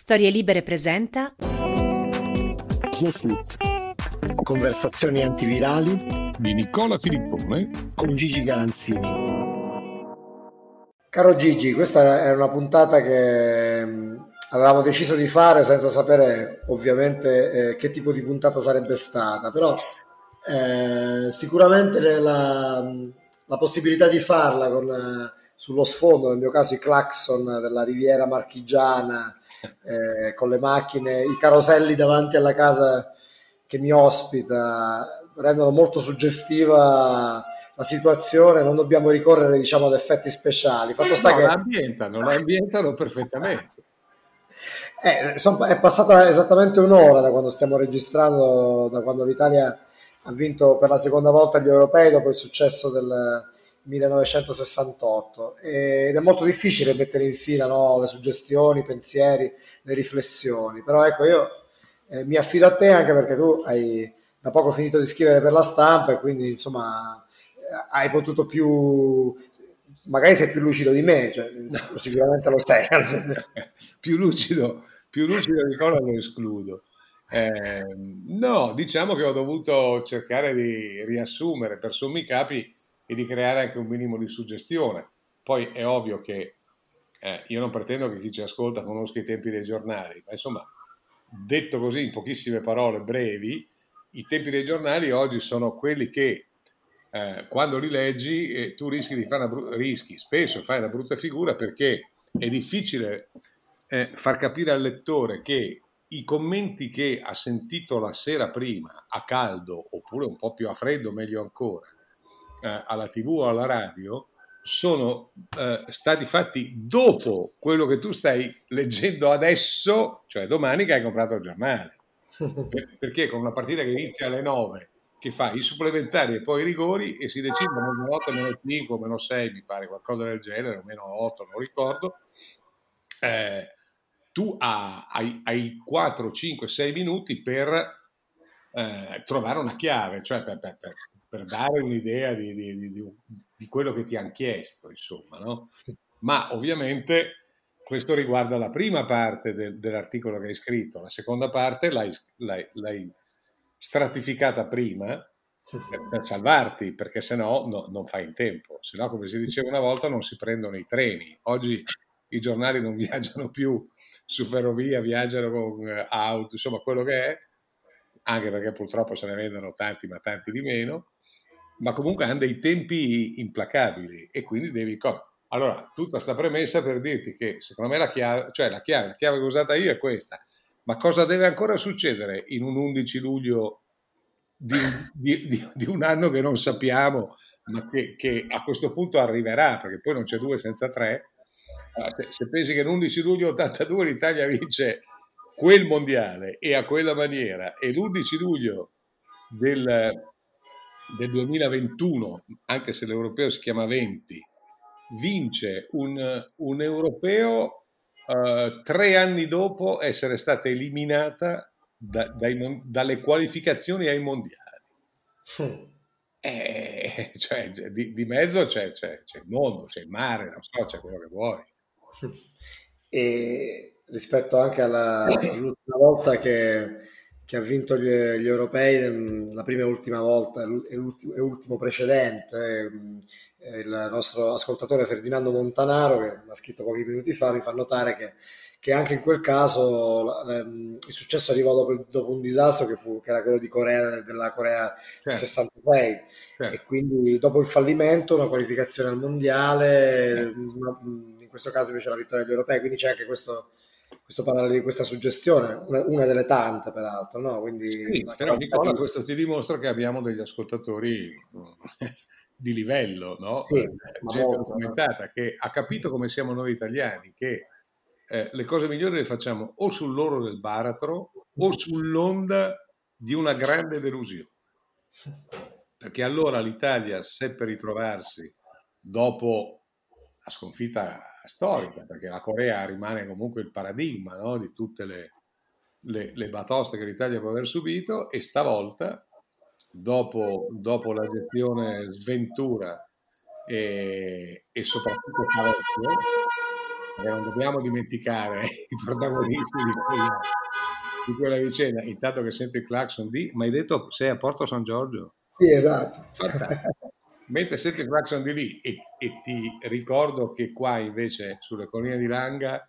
Storie Libere presenta Snowflute. Conversazioni antivirali di Nicola Filippone con Gigi Galanzini. Caro Gigi, questa è una puntata che avevamo deciso di fare senza sapere ovviamente che tipo di puntata sarebbe stata, però sicuramente la possibilità di farla con sullo sfondo, nel mio caso i clacson della Riviera Marchigiana, con le macchine, i caroselli davanti alla casa che mi ospita, rendono molto suggestiva la situazione. Non dobbiamo ricorrere, diciamo, ad effetti speciali. Fatto sta che l'ambientano perfettamente. è passata esattamente un'ora da quando stiamo registrando, da quando l'Italia ha vinto per la seconda volta gli europei dopo il successo del 1968, ed è molto difficile mettere in fila, no, le suggestioni, i pensieri, le riflessioni. Però ecco, io mi affido a te, anche perché tu hai da poco finito di scrivere per La Stampa e quindi insomma hai potuto magari sei più lucido di me, cioè, No. Sicuramente lo sei. più lucido di cosa lo escludo. No, diciamo che ho dovuto cercare di riassumere per sommi capi e di creare anche un minimo di suggestione. Poi è ovvio che io non pretendo che chi ci ascolta conosca i tempi dei giornali, ma insomma, detto così in pochissime parole brevi, i tempi dei giornali oggi sono quelli che quando li leggi tu rischi di fare spesso fai una brutta figura, perché è difficile far capire al lettore che i commenti che ha sentito la sera prima a caldo, oppure un po' più a freddo, meglio ancora, alla TV o alla radio, sono stati fatti dopo quello che tu stai leggendo adesso, cioè domani che hai comprato il giornale. Perché con una partita che inizia alle 9, che fa i supplementari e poi i rigori, e si decide a mezzanotte meno 5 o meno 6, mi pare, qualcosa del genere, o meno 8, non ricordo, tu hai 4, 5, 6 minuti per trovare una chiave, cioè per dare un'idea di quello che ti hanno chiesto, insomma, no? Ma ovviamente questo riguarda la prima parte dell'articolo che hai scritto. La seconda parte l'hai stratificata prima per salvarti, perché sennò non fai in tempo. Sennò, come si diceva una volta, non si prendono i treni. Oggi i giornali non viaggiano più su ferrovia, viaggiano con auto, insomma, quello che è, anche perché purtroppo se ne vendono tanti, ma tanti di meno, ma comunque hanno dei tempi implacabili e quindi devi... Allora, tutta sta premessa per dirti che secondo me la chiave che ho usata io è questa. Ma cosa deve ancora succedere in un 11 luglio di un anno che non sappiamo, ma che a questo punto arriverà, perché poi non c'è due senza tre? Se pensi che l'11 luglio 82 l'Italia vince quel mondiale e a quella maniera, e l'11 luglio del 2021, anche se l'europeo si chiama 20, vince un europeo 3 anni dopo essere stata eliminata dalle qualificazioni ai mondiali. Cioè, di mezzo c'è il mondo, c'è il mare, non so, c'è quello che vuoi. E rispetto anche all'ultima volta che ha vinto gli europei, la prima e ultima volta, e ultimo precedente, il nostro ascoltatore Ferdinando Montanaro, che mi ha scritto pochi minuti fa, mi fa notare che anche in quel caso il successo arrivò dopo un disastro che era quello della Corea del Certo, 66, e certo. quindi dopo il fallimento una qualificazione al mondiale, in questo caso invece la vittoria degli europei, quindi c'è anche questo parallelo di questa suggestione, una delle tante peraltro, no? Quindi Sì, però Nicola, questo ti dimostra che abbiamo degli ascoltatori di livello, no? sì, ma Gente molto, documentata che ha capito come siamo noi italiani, che le cose migliori le facciamo o sull'oro del baratro o sull'onda di una grande delusione. Perché allora l'Italia seppe ritrovarsi dopo la sconfitta storica, perché la Corea rimane comunque il paradigma, no, di tutte le batoste che l'Italia può aver subito, e stavolta, dopo la gestione sventura e soprattutto parecchio, perché non dobbiamo dimenticare i protagonisti di quella vicenda. Intanto che sento il clacson di... Ma hai detto sei a Porto San Giorgio? Sì, esatto. Fantastico. Mentre senti il clacson di lì e ti ricordo che qua invece sulle colline di Langa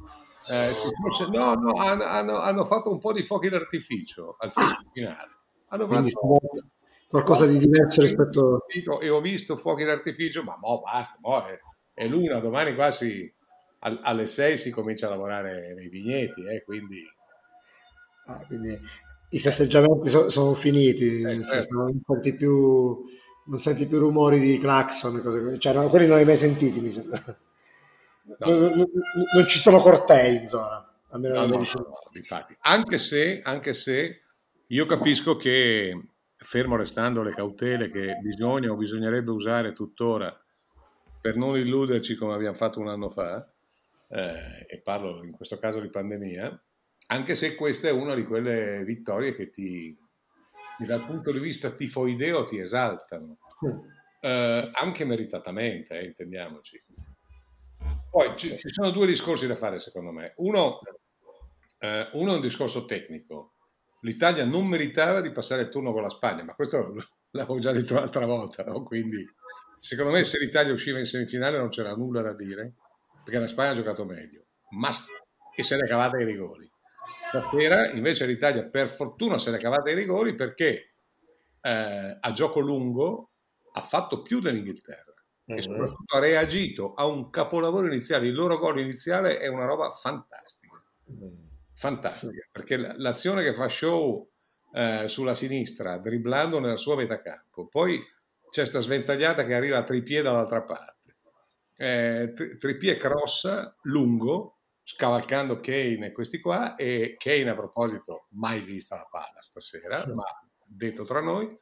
no, hanno fatto un po' di fuochi d'artificio al fischio finale. Hanno Quindi fatto stavolta qualcosa di diverso rispetto... e ho visto fuochi d'artificio, ma basta, è l'una, domani quasi alle 6 si comincia a lavorare nei vigneti, quindi quindi i festeggiamenti sono finiti, nel senso, certo. non senti più rumori di clacson, cose così. Cioè, no, quelli non li hai mai sentiti, mi sembra. No, no, Non ci sono cortei in zona, almeno no, nelle no, vicine. no, infatti. Anche se io capisco che, fermo restando le cautele che bisogna o bisognerebbe usare tuttora per non illuderci come abbiamo fatto un anno fa, e parlo in questo caso di pandemia, anche se questa è una di quelle vittorie che dal punto di vista tifoideo ti esaltano, anche meritatamente, intendiamoci. Poi Sì, ci sono due discorsi da fare, secondo me. Uno è un discorso tecnico. L'Italia non meritava di passare il turno con la Spagna, ma questo l'avevo già detto l'altra volta, no? Quindi, secondo me, se l'Italia usciva in semifinale non c'era nulla da dire, perché la Spagna ha giocato meglio, e se l'è cavata ai rigori. Stasera, invece, l'Italia, per fortuna, se l'è cavata ai rigori perché a gioco lungo ha fatto più dell'Inghilterra e Mhm. soprattutto ha reagito a un capolavoro iniziale. Il loro gol iniziale è una roba fantastica, fantastica, perché l'azione che fa Shaw sulla sinistra, dribblando nella sua metà campo, poi c'è questa sventagliata che arriva a Trippier dall'altra parte, Trippier crossa lungo, scavalcando Kane e questi qua, e Kane a proposito mai vista la palla stasera, ma detto tra noi,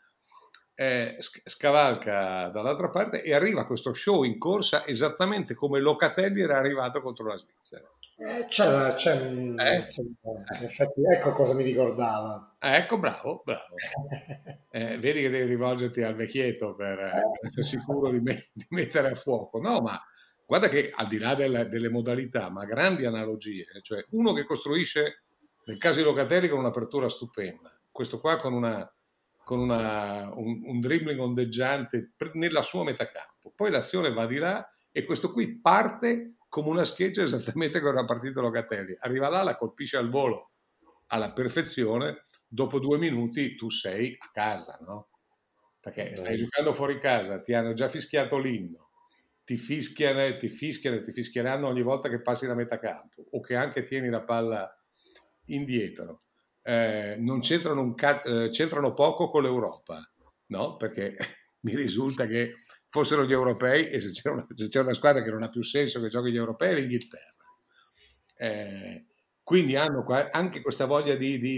scavalca dall'altra parte e arriva questo Show in corsa esattamente come Locatelli era arrivato contro la Svizzera. c'è in Eh, effetti, ecco cosa mi ricordava. ecco, bravo, bravo. Vedi che devi rivolgerti al vecchietto per essere sicuro di mettere a fuoco. No, ma guarda che al di là delle modalità, ma grandi analogie, cioè uno che costruisce, nel caso di Locatelli, con un'apertura stupenda, questo qua con un dribbling ondeggiante nella sua metà campo. Poi l'azione va di là e questo qui parte come una scheggia esattamente come era partito Locatelli. Arriva là, la colpisce al volo alla perfezione, dopo 2 minuti tu sei a casa, no? Perché stai giocando fuori casa, ti hanno già fischiato l'inno, ti fischieranno ogni volta che passi la metà campo o che anche tieni la palla indietro. Non c'entrano poco con l'Europa, no? Perché mi risulta che fossero gli europei e se c'è una squadra che non ha più senso che giochi gli europei è l'Inghilterra. Quindi hanno anche questa voglia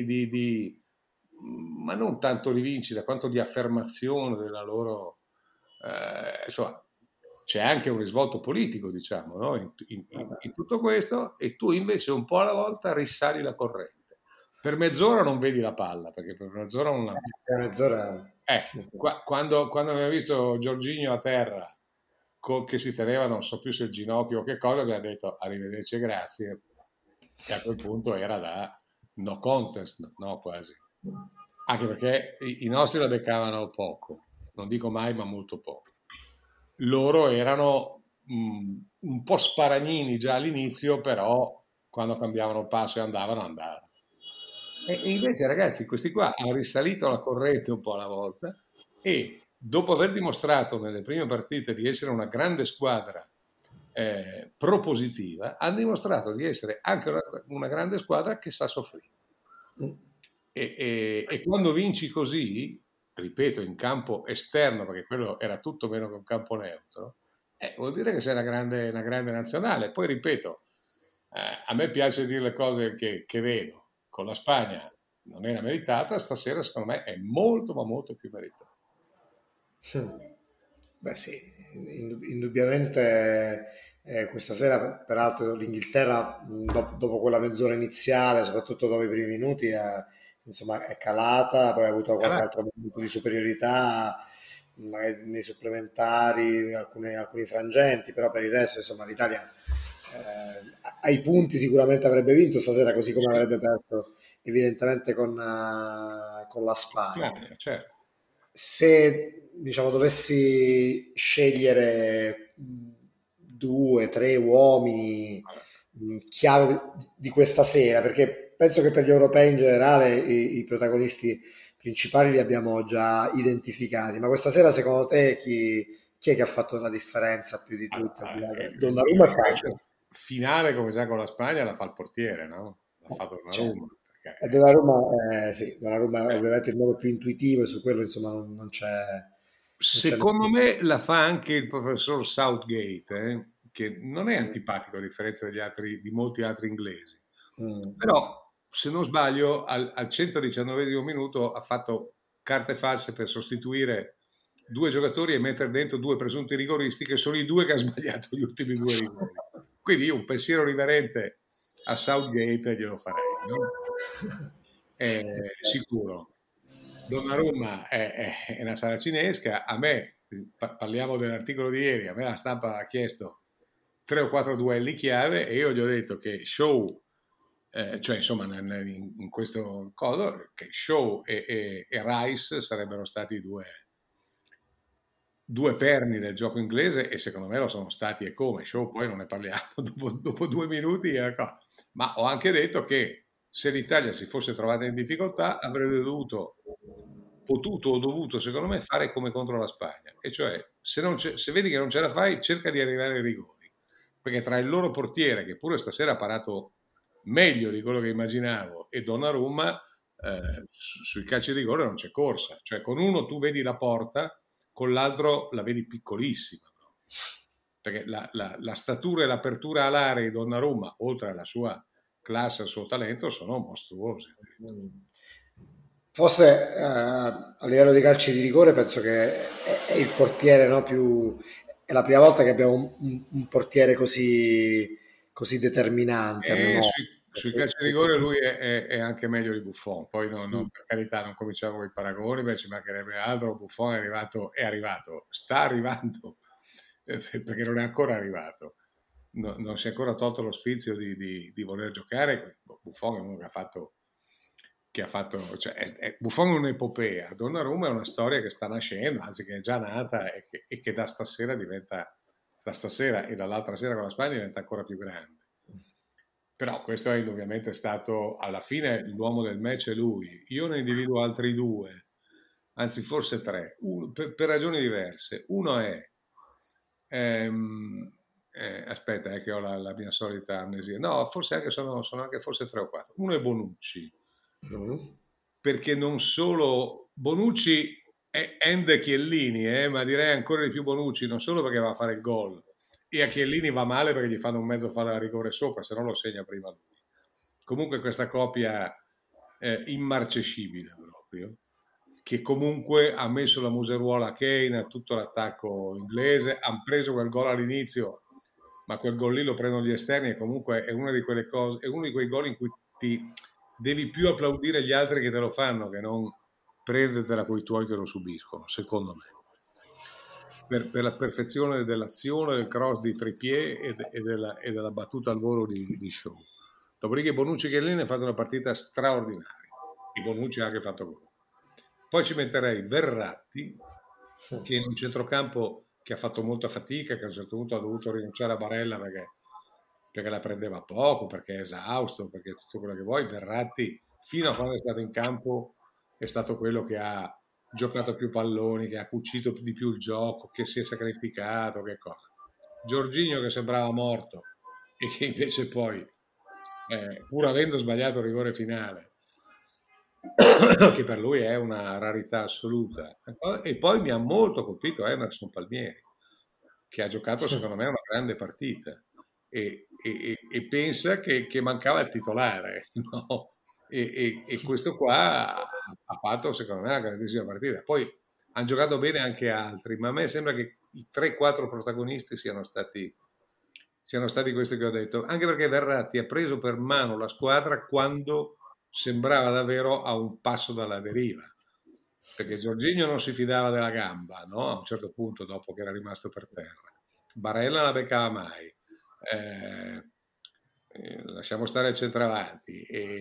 ma non tanto di vincita quanto di affermazione della loro, insomma, c'è anche un risvolto politico, diciamo, no? In tutto questo, e tu invece un po' alla volta risali la corrente. Per mezz'ora non vedi la palla, perché per mezz'ora non la... Mezz'ora. Quando abbiamo visto Giorginio a terra, che si teneva, non so più se il ginocchio o che cosa, abbiamo detto arrivederci e grazie, e a quel punto era da no contest, no quasi. Anche perché i nostri la beccavano poco, non dico mai, ma molto poco. Loro erano un po' sparagnini già all'inizio, però quando cambiavano passo e andavano. E invece, ragazzi, questi qua hanno risalito la corrente un po' alla volta e dopo aver dimostrato nelle prime partite di essere una grande squadra propositiva, hanno dimostrato di essere anche una grande squadra che sa soffrire. E quando vinci così, ripeto, in campo esterno, perché quello era tutto meno che un campo neutro, vuol dire che sei una grande nazionale. Poi ripeto, a me piace dire le cose che vedo. Con la Spagna non era meritata, stasera secondo me è molto ma molto più meritata. Beh sì, indubbiamente questa sera, peraltro l'Inghilterra dopo quella mezz'ora iniziale, soprattutto dopo i primi minuti, insomma, è calata, poi ha avuto qualche Era- altro momento di superiorità, magari nei supplementari, alcuni frangenti, però per il resto insomma l'Italia ai punti sicuramente avrebbe vinto stasera, così come avrebbe perso evidentemente con la Spagna. Spagna, certo. Se diciamo dovessi scegliere due, tre uomini chiave di questa sera, perché penso che per gli europei in generale i protagonisti principali li abbiamo già identificati, ma questa sera secondo te chi è che ha fatto la differenza più di tutti? Donnarumma è facile. Finale, come già con la Spagna, la fa il portiere, no? La fa Cioè, Donnarumma. Perché, e Donnarumma, sì, Donnarumma è eh, ovviamente il modo più intuitivo e su quello insomma non c'è secondo nessun... me la fa anche il professor Southgate, che non è antipatico a differenza di molti altri inglesi. Mm. Però, se non sbaglio, al 119esimo minuto ha fatto carte false per sostituire due giocatori e mettere dentro due presunti rigoristi, che sono i due che hanno sbagliato gli ultimi due rigori. Quindi io un pensiero riverente a Southgate glielo farei, no? Sicuro. Donnarumma è una saracinesca. A me, parliamo dell'articolo di ieri, a me la stampa ha chiesto tre o quattro duelli chiave e io gli ho detto che Shaw, cioè insomma in questo codo, che Shaw e Rice sarebbero stati due perni del gioco inglese e secondo me lo sono stati e come. Shaw poi non ne parliamo, dopo 2 minuti ma ho anche detto che se l'Italia si fosse trovata in difficoltà avrebbe potuto o dovuto secondo me fare come contro la Spagna, e cioè se vedi che non ce la fai cerca di arrivare ai rigori, perché tra il loro portiere, che pure stasera ha parato meglio di quello che immaginavo, e Donnarumma, sui calci di rigore non c'è corsa, cioè con uno tu vedi la porta, con l'altro la vedi piccolissima, no? Perché la statura e l'apertura alare di Donnarumma, oltre alla sua classe e al suo talento, sono mostruose. Forse a livello di calci di rigore penso che è il portiere, no, è la prima volta che abbiamo un portiere così determinante a E memoria. sui calci di rigore lui è anche meglio di Buffon. Poi per carità non cominciamo con i paragoni, beh, ci mancherebbe altro. Buffon è arrivato, sta arrivando, perché non è ancora arrivato. Non si è ancora tolto lo sfizio di voler giocare. Buffon è uno cioè, Buffon è un'epopea. Donnarumma è una storia che sta nascendo, anzi che è già nata e che da stasera e dall'altra sera con la Spagna diventa ancora più grande. Però questo è indubbiamente stato, alla fine l'uomo del match è lui. Io ne individuo altri due, anzi forse tre, per ragioni diverse. Uno è, ehm, aspetta, che ho la mia solita amnesia. No, forse anche sono anche forse tre o quattro. Uno è Bonucci, Mm. perché non solo Bonucci è end Chiellini, ma direi ancora di più Bonucci, non solo perché va a fare il gol, e a Chiellini va male perché gli fanno un mezzo fallo a rigore sopra, se no lo segna prima lui. Comunque questa coppia immarcescibile proprio, che comunque ha messo la museruola a Kane a tutto l'attacco inglese, hanno preso quel gol all'inizio, ma quel gol lì lo prendono gli esterni e comunque è una di quelle cose, è uno di quei gol in cui ti devi più applaudire gli altri che te lo fanno che non prendertela con i tuoi che lo subiscono, secondo me. Per la perfezione dell'azione, del cross di Trippier e della battuta al volo di Shaw. Dopodiché Bonucci e Chiellini hanno fatto una partita straordinaria e Bonucci ha anche fatto gol. Poi ci metterei Verratti, che in un centrocampo che ha fatto molta fatica, che a un certo punto ha dovuto rinunciare a Barella perché la prendeva poco, perché è esausto, perché tutto quello che vuoi. Verratti, fino a quando è stato in campo, è stato quello che ha giocato più palloni, che ha cucito di più il gioco, che si è sacrificato, che cosa. Giorginio che sembrava morto e che invece poi, pur avendo sbagliato il rigore finale, che per lui è una rarità assoluta. E poi mi ha molto colpito Emerson Palmieri, che ha giocato secondo me una grande partita e pensa che mancava il titolare, no? E questo qua ha fatto secondo me una grandissima partita. Poi hanno giocato bene anche altri, ma a me sembra che i 3-4 protagonisti siano stati questi che ho detto, anche perché Verratti ha preso per mano la squadra quando sembrava davvero a un passo dalla deriva, perché Giorginio non si fidava della gamba, no? A un certo punto, dopo che era rimasto per terra. Barella non la beccava mai. lasciamo stare il centravanti,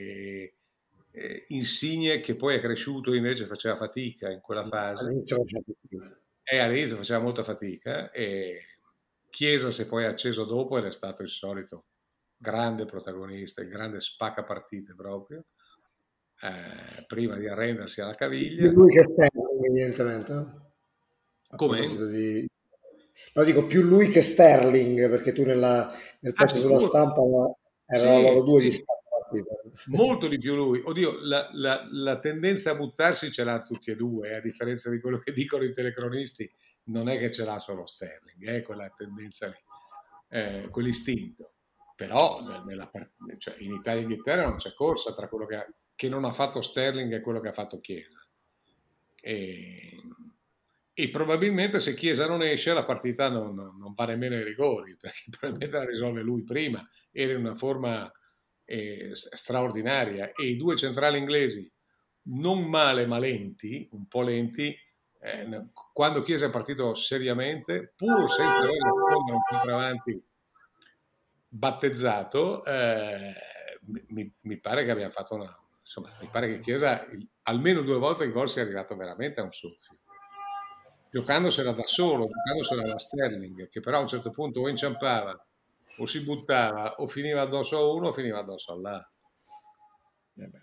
Insigne che poi è cresciuto invece faceva fatica in quella fase, All'inizio non c'è più. e all'inizio faceva molta fatica, e Chiesa si è poi acceso dopo ed è stato il solito grande protagonista, il grande spacca partite proprio, prima di arrendersi alla Più caviglia. lui che Sterling, evidentemente. A Come? proposito di... No, dico più lui che Sterling, perché tu nel Ah, pezzo sulla sicuro. stampa erano Sì, loro due gli sì. spaccapartite. Molto di più lui. Oddio, la tendenza a buttarsi ce l'ha tutti e due, a differenza di quello che dicono i telecronisti, non è che ce l'ha solo Sterling, quella tendenza lì, quell'istinto. Però cioè, in Italia e Inghilterra non c'è corsa tra quello che non ha fatto Sterling e quello che ha fatto Chiesa. E, e probabilmente se Chiesa non esce la partita non va nemmeno ai rigori, perché probabilmente la risolve lui prima, era in una forma straordinaria, e i due centrali inglesi non male ma lenti, un po' lenti, quando Chiesa è partito seriamente, pur senza aver nascondere un centravanti battezzato, mi pare che abbia fatto insomma, mi pare che Chiesa almeno 2 volte il gol sia arrivato veramente a un soffio, giocandosela da solo, giocandosela da Sterling, che però a un certo punto o inciampava o si buttava o finiva addosso a uno o finiva addosso all'altro. Vabbè.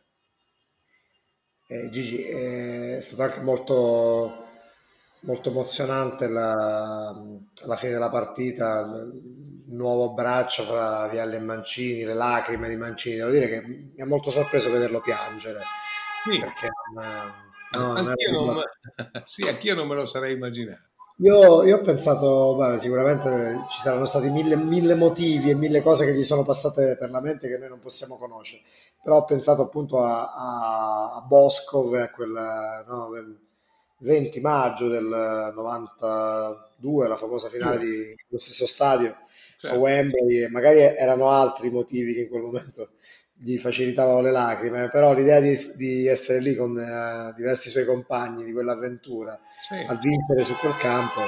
Gigi, è stato anche molto, molto emozionante la fine della partita, il nuovo abbraccio fra Vialli e Mancini, le lacrime di Mancini. Devo dire che mi ha molto sorpreso vederlo piangere, Sì, perché no, non era anch'io non, abituato. sì, anch'io non me lo sarei immaginato. Io ho pensato, beh, sicuramente ci saranno stati mille motivi e mille cose che gli sono passate per la mente che noi non possiamo conoscere, però ho pensato appunto a Boscov, a quel no, del 20 maggio del 92, la famosa finale Due, dello stesso stadio a certo. Wembley, e magari erano altri i motivi che in quel momento gli facilitavano le lacrime, però l'idea di essere lì con diversi suoi compagni di quell'avventura a Sì. vincere su quel campo.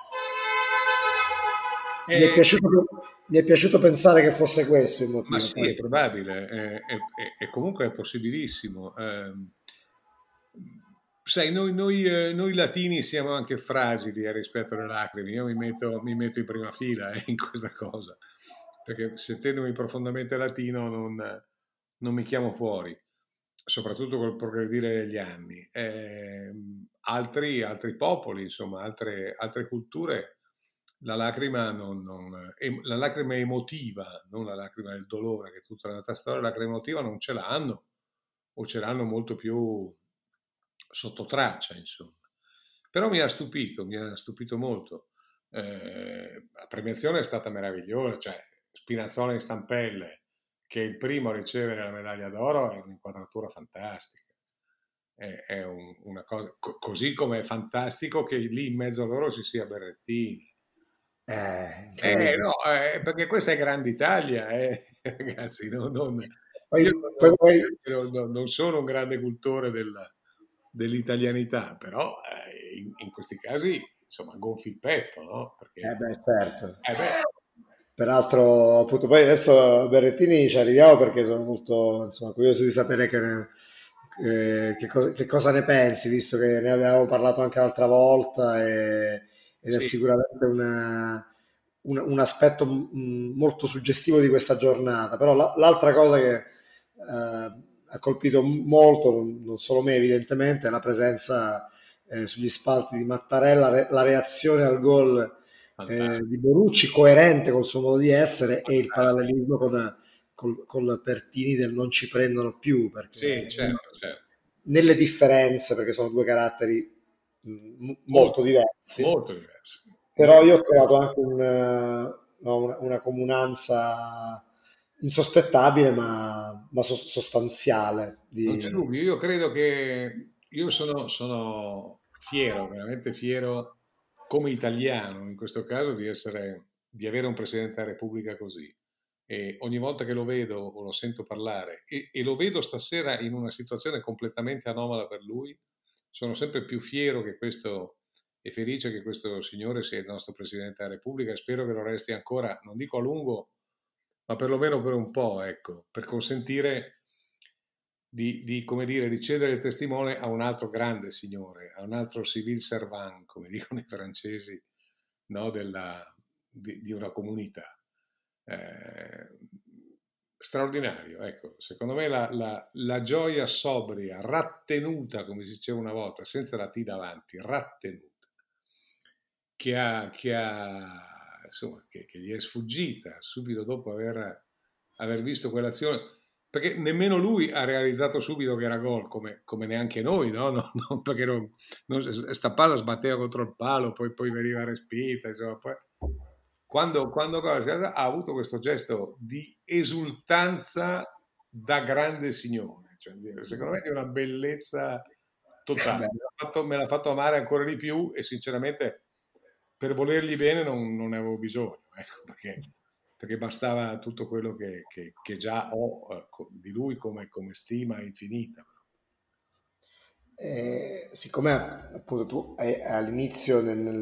Mi è Eh, piaciuto, mi è piaciuto pensare che fosse questo il ma motivo. sì, Poi, è probabile, e comunque è possibilissimo. Sai, noi latini siamo anche fragili rispetto alle lacrime. Io mi metto in prima fila in questa cosa, perché sentendomi profondamente latino non mi chiamo fuori, soprattutto col progredire degli anni. Altri popoli, insomma, altre culture, la lacrima, la lacrima emotiva, non la lacrima del dolore, che è tutta un'altra storia, la lacrima emotiva non ce l'hanno, o ce l'hanno molto più sotto traccia, insomma. Però mi ha stupito molto. La premiazione è stata meravigliosa, cioè Spinazzola in stampelle, che è il primo a ricevere la medaglia d'oro, è un'inquadratura fantastica. È una cosa, così come è fantastico che lì in mezzo a loro ci sia Berrettini. incredibile. No, perché questa è Grande Italia, ragazzi. Poi, Io poi, poi non sono un grande cultore dell'italianità, però in questi casi, insomma, gonfi il petto, no? Perché, beh, certo. beh, Peraltro, appunto, poi adesso a Berrettini ci arriviamo perché sono molto, insomma, curioso di sapere che cosa ne pensi, visto che ne avevamo parlato anche l'altra volta ed è sì, sicuramente un aspetto molto suggestivo di questa giornata. Però l'altra cosa che ha colpito molto, non solo me evidentemente, è la presenza sugli spalti di Mattarella, la reazione al gol fantastico, di Bonucci, coerente col suo modo di essere, e il fantastico. parallelismo col Pertini del non ci prendono più, Sì, perché certo, certo. nelle differenze, perché sono due caratteri molto Molto, diversi, molto diverso. però Molto io ho diverso. trovato anche no, una comunanza insospettabile ma sostanziale. Non c'è dubbio, io credo che io sono fiero, veramente fiero, come italiano in questo caso, di avere un Presidente della Repubblica così. E ogni volta che lo vedo o lo sento parlare, e lo vedo stasera in una situazione completamente anomala per lui, sono sempre più fiero che questo, e felice che questo signore sia il nostro Presidente della Repubblica, e spero che lo resti ancora, non dico a lungo, ma perlomeno per un po', ecco, per consentire come dire, di cedere il testimone a un altro grande signore, a un altro civil servant, come dicono i francesi, no, di una comunità. Eh, straordinario, ecco, secondo me la gioia sobria, rattenuta, come si diceva una volta, senza la T davanti, rattenuta, insomma, che gli è sfuggita subito dopo aver visto quell'azione, perché nemmeno lui ha realizzato subito che era gol, come neanche noi, no? Perché sta palla sbatteva contro il palo, poi veniva respinta, insomma, poi, quando ha avuto questo gesto di esultanza da grande signore, cioè, secondo me è di una bellezza totale, me l'ha fatto amare ancora di più e sinceramente per volergli bene non ne avevo bisogno, ecco, perché bastava tutto quello che già ho di lui come stima infinita. Siccome appunto tu all'inizio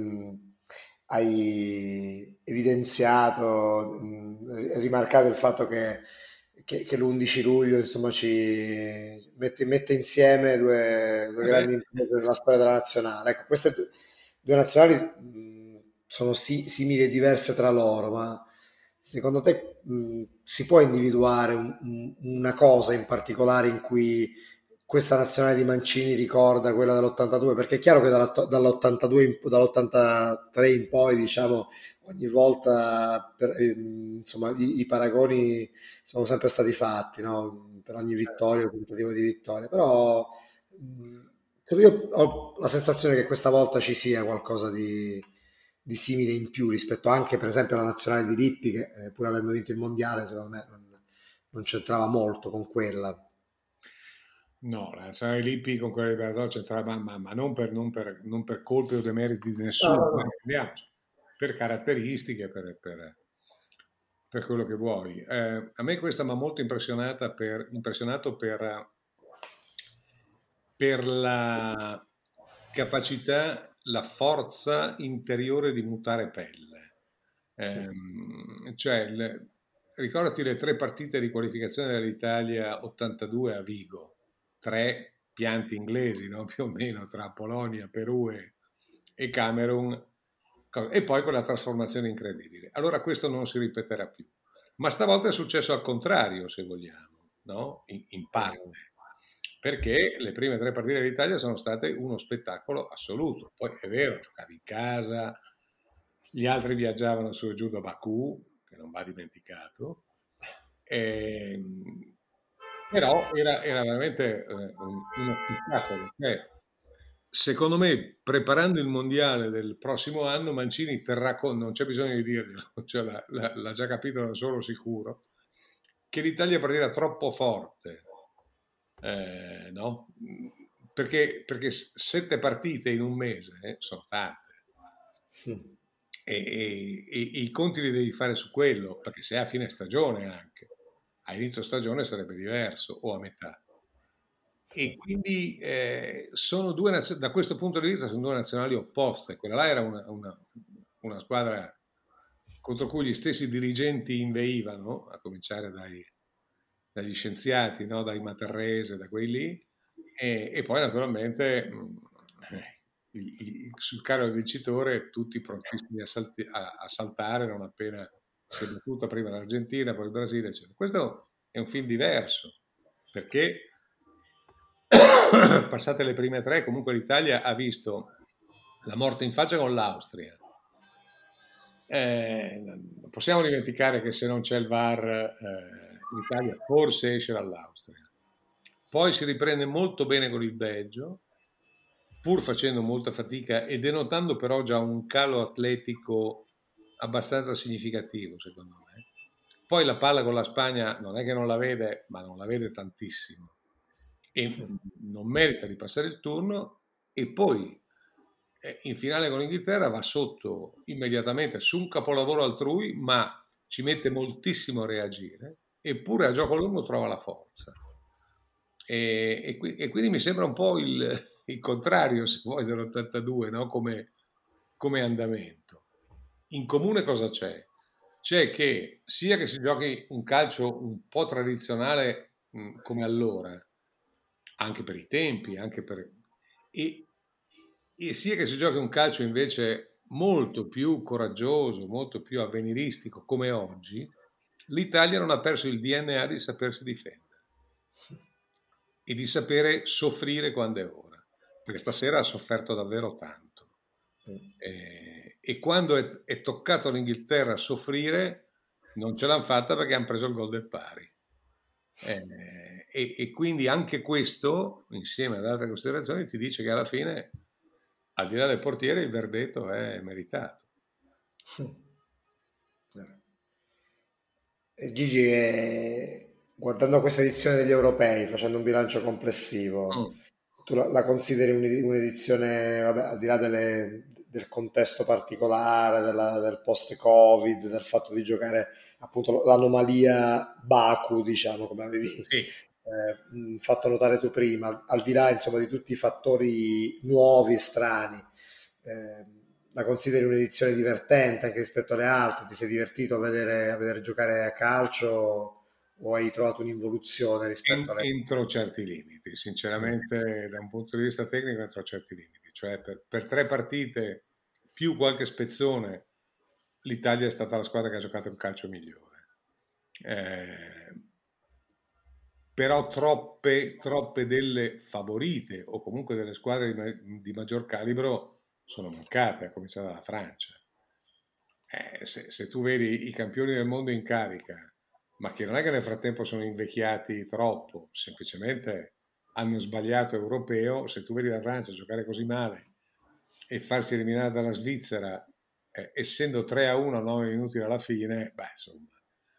hai evidenziato, rimarcato il fatto che l'11 luglio insomma ci mette insieme due grandi imprese della storia della nazionale. Ecco, queste due nazionali sono simili e diverse tra loro, ma secondo te si può individuare una cosa in particolare in cui questa nazionale di Mancini ricorda quella dell'82? Perché è chiaro che dall'83 in poi, diciamo, ogni volta insomma, i paragoni sono sempre stati fatti, no? Per ogni vittoria o tentativo di vittoria, però io ho la sensazione che questa volta ci sia qualcosa di simile in più rispetto anche per esempio alla nazionale di Lippi che pur avendo vinto il mondiale secondo me non c'entrava molto con quella. No, la nazionale di Lippi con quella di Berardo c'entrava, ma non per colpe o demeriti di No, nessuno, no, no. per caratteristiche, per quello che vuoi. A me questa mi ha molto impressionato per la capacità, la forza interiore di mutare pelle. Cioè, ricordati le 3 partite di qualificazione dell'Italia 82 a Vigo, 3 pianti inglesi, no? Più o meno, tra Polonia, Perù e Camerun, e poi quella trasformazione incredibile. Allora questo non si ripeterà più. Ma stavolta è successo al contrario, se vogliamo, no? In parte. Perché le prime 3 partite dell'Italia sono state uno spettacolo assoluto. Poi è vero, giocavi in casa, gli altri viaggiavano su e giù da Baku, che non va dimenticato, però era veramente uno spettacolo. Secondo me, preparando il mondiale del prossimo anno, Mancini terrà conto, non c'è bisogno di dirglielo, cioè l'ha già capito da solo sicuro, che l'Italia partirà troppo forte, no? Perché 7 partite in un mese sono tante. E i conti li devi fare su quello, perché se è a fine stagione anche, a inizio stagione sarebbe diverso, o a metà. E quindi sono da questo punto di vista sono 2 nazionali opposte. Quella là era una squadra contro cui gli stessi dirigenti inveivano, a cominciare dagli scienziati, no? Dai Materrese, da quei lì, e poi naturalmente sul carro del vincitore tutti prontissimi a saltare non appena si è battuta prima l'Argentina, poi il Brasile, eccetera. Questo è un film diverso, perché passate le prime 3, comunque l'Italia ha visto la morte in faccia con l'Austria. Non possiamo dimenticare che se non c'è il VAR, l'Italia forse esce dall'Austria. Poi si riprende molto bene con il Belgio, pur facendo molta fatica e denotando però già un calo atletico abbastanza significativo, secondo me. Poi la palla con la Spagna non è che non la vede, ma non la vede tantissimo e non merita di passare il turno, e poi in finale con l'Inghilterra va sotto immediatamente su un capolavoro altrui, ma ci mette moltissimo a reagire, eppure a gioco lungo trova la forza. E quindi mi sembra un po' il contrario, se vuoi, dell'82, no? Come andamento. In comune cosa c'è? c'è che sia che si giochi un calcio un po' tradizionale come allora, anche per i tempi, e, e sia che si giochi un calcio invece molto più coraggioso, molto più avveniristico come oggi, l'Italia non ha perso il DNA di sapersi difendere e di sapere soffrire quando è ora, perché stasera ha sofferto davvero tanto. E quando è toccato all'Inghilterra soffrire, non ce l'hanno fatta perché hanno preso il gol del pari. E quindi anche questo, insieme ad altre considerazioni, ti dice che alla fine, al di là del portiere, il verdetto è meritato. Gigi, guardando questa edizione degli europei, facendo un bilancio complessivo, Mm. tu la consideri un'edizione, vabbè, al di là del contesto particolare, del post-Covid, del fatto di giocare appunto l'anomalia Baku, diciamo, come avevi Sì, fatto notare tu prima, al di là insomma di tutti i fattori nuovi e strani, eh, la consideri un'edizione divertente anche rispetto alle altre? Ti sei divertito a vedere giocare a calcio o hai trovato un'involuzione rispetto alle... entro certi limiti, sinceramente da un punto di vista tecnico entro certi limiti, cioè per 3 partite più qualche spezzone l'Italia è stata la squadra che ha giocato il calcio migliore. Eh, Però troppe delle favorite o comunque delle squadre di maggior calibro sono mancate, a cominciare dalla Francia. Se tu vedi i campioni del mondo in carica, ma che non è che nel frattempo sono invecchiati troppo, semplicemente hanno sbagliato europeo, se tu vedi la Francia giocare così male e farsi eliminare dalla Svizzera, essendo 3-1 a 9 minuti dalla fine, beh, insomma,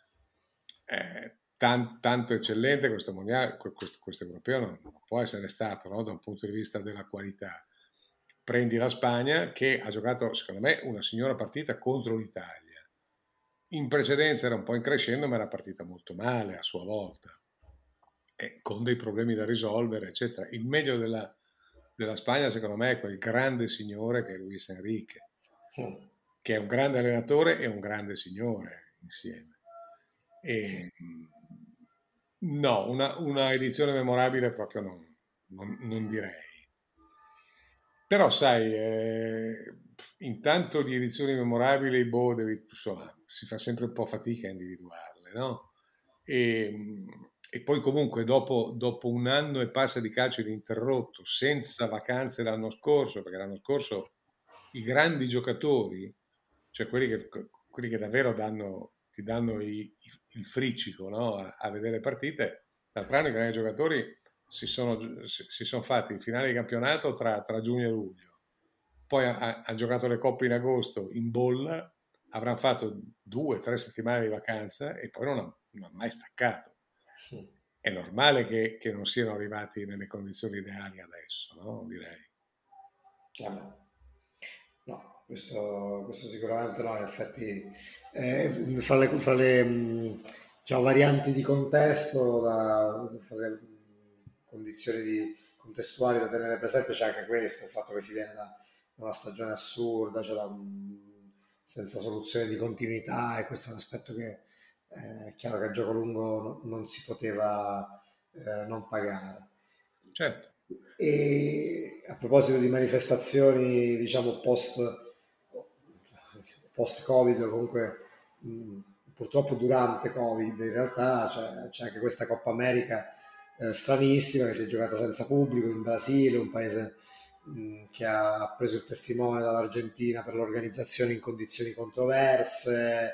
tanto eccellente questo mondiale, questo europeo non può essere stato, no? Da un punto di vista della qualità. Prendi la Spagna che ha giocato, secondo me, una signora partita contro l'Italia. In precedenza era un po' in crescendo, ma era partita molto male a sua volta, con dei problemi da risolvere, eccetera. Il meglio della Spagna, secondo me, è quel grande signore che è Luis Enrique, che è un grande allenatore e un grande signore insieme. E, no, una edizione memorabile proprio non direi. Però sai, intanto di edizioni memorabili, boh, insomma, si fa sempre un po' fatica a individuarle, no? E poi comunque dopo un anno e passa di calcio ininterrotto, senza vacanze l'anno scorso, perché l'anno scorso i grandi giocatori, cioè quelli che davvero ti danno il friccico, no? A vedere partite, l'altro anno i grandi giocatori si sono fatti il finale di campionato tra giugno e luglio, poi ha giocato le coppe in agosto in bolla, avranno fatto 2 o 3 settimane di vacanza e poi non ha mai staccato. È normale che non siano arrivati nelle condizioni ideali adesso, no? Direi. Vabbè. No, questo sicuramente no, in effetti fra le diciamo, varianti di contesto, fra le condizioni contestuali da tenere presente c'è anche questo, il fatto che si viene da una stagione assurda, cioè senza soluzione di continuità e questo è un aspetto che è chiaro che a gioco lungo non si poteva non pagare. Certo. E a proposito di manifestazioni, diciamo, post-Covid, o comunque purtroppo durante Covid, in realtà c'è anche questa Coppa America stranissima che si è giocata senza pubblico in Brasile, un paese che ha preso il testimone dall'Argentina per l'organizzazione in condizioni controverse,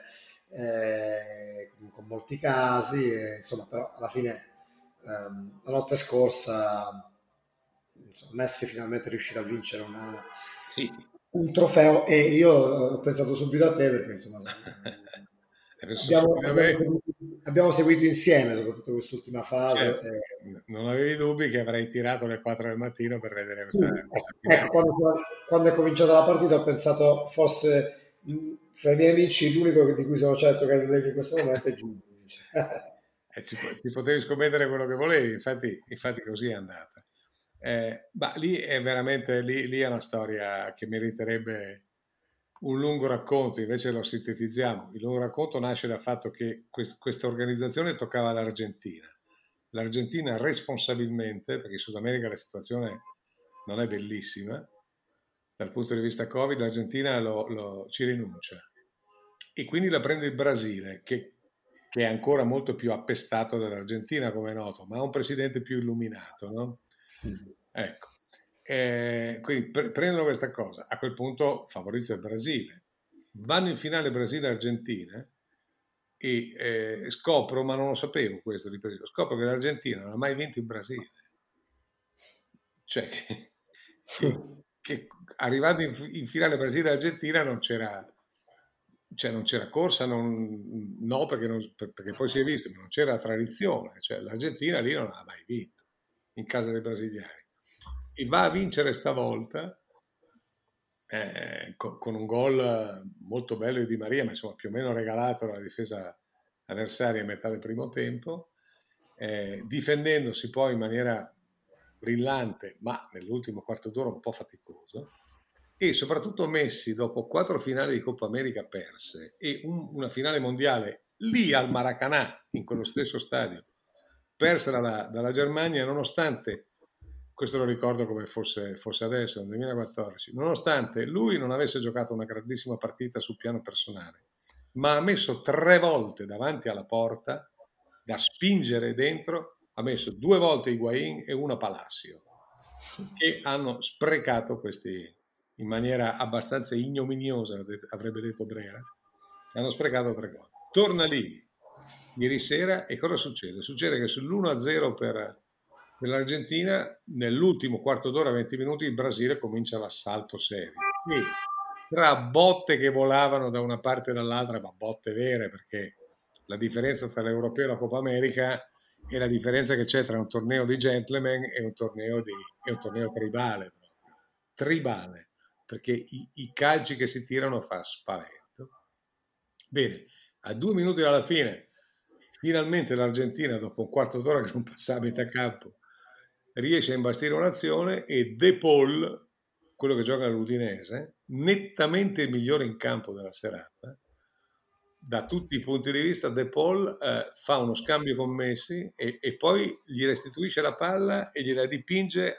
con molti casi, e, insomma, però alla fine la notte scorsa insomma, Messi finalmente è riuscito a vincere Sì. un trofeo e io ho pensato subito a te perché insomma Adesso abbiamo, subito a abbiamo me, seguito, abbiamo seguito insieme soprattutto quest'ultima fase. certo, non avevi dubbi che avrei tirato alle 4 del mattino per vedere Sì, questa ecco, finale. quando è cominciata la partita ho pensato forse fra i miei amici l'unico di cui sono certo che è sveglio in questo momento è Giulio. Ci potevi scommettere quello che volevi, infatti così è andata. Ma lì è veramente lì è una storia che meriterebbe un lungo racconto, invece lo sintetizziamo. Il lungo racconto nasce dal fatto che questa organizzazione toccava l'Argentina. L'Argentina responsabilmente, perché in Sud America la situazione non è bellissima, dal punto di vista Covid, l'Argentina ci rinuncia. E quindi la prende il Brasile, che è ancora molto più appestato dell'Argentina, come è noto, ma ha un presidente più illuminato, no? Ecco. Quindi prendono questa cosa. A quel punto favorito il Brasile. Vanno in finale Brasile-Argentina e scopro, ma non lo sapevo questo di preciso, scopro che l'Argentina non ha mai vinto il Brasile. Cioè che arrivando in finale Brasile-Argentina non c'era, cioè non c'era corsa, no perché poi si è visto, ma non c'era tradizione, cioè l'Argentina lì non ha mai vinto in casa dei brasiliani e va a vincere stavolta con un gol molto bello di Di Maria, ma insomma più o meno regalato dalla difesa avversaria a metà del primo tempo, difendendosi poi in maniera brillante, ma nell'ultimo quarto d'ora un po' faticoso, e soprattutto Messi, dopo 4 finali di Coppa America perse e una finale mondiale lì al Maracanã, in quello stesso stadio, persa dalla Germania, nonostante, questo lo ricordo come fosse adesso, nel 2014, nonostante lui non avesse giocato una grandissima partita sul piano personale, ma ha messo 3 volte davanti alla porta da spingere dentro, ha messo 2 volte Higuaín e una Palacio, che hanno sprecato questi, in maniera abbastanza ignominiosa, avrebbe detto Brera, hanno sprecato 3 gol. Torna lì ieri sera e cosa succede? Succede che sull'1-0 per l'Argentina, nell'ultimo quarto d'ora, 20 minuti, il Brasile comincia l'assalto serio. E tra botte che volavano da una parte e dall'altra, ma botte vere, perché la differenza tra l'Europeo e la Coppa America è la differenza che c'è tra un torneo di gentleman e un torneo tribale. Tribale, perché i calci che si tirano fa spavento. Bene, a 2 minuti dalla fine, finalmente l'Argentina, dopo un quarto d'ora che non passava a metà campo, riesce a imbastire un'azione e De Paul, quello che gioca all'Udinese, nettamente il migliore in campo della serata, da tutti i punti di vista. De Paul fa uno scambio con Messi e poi gli restituisce la palla e gliela dipinge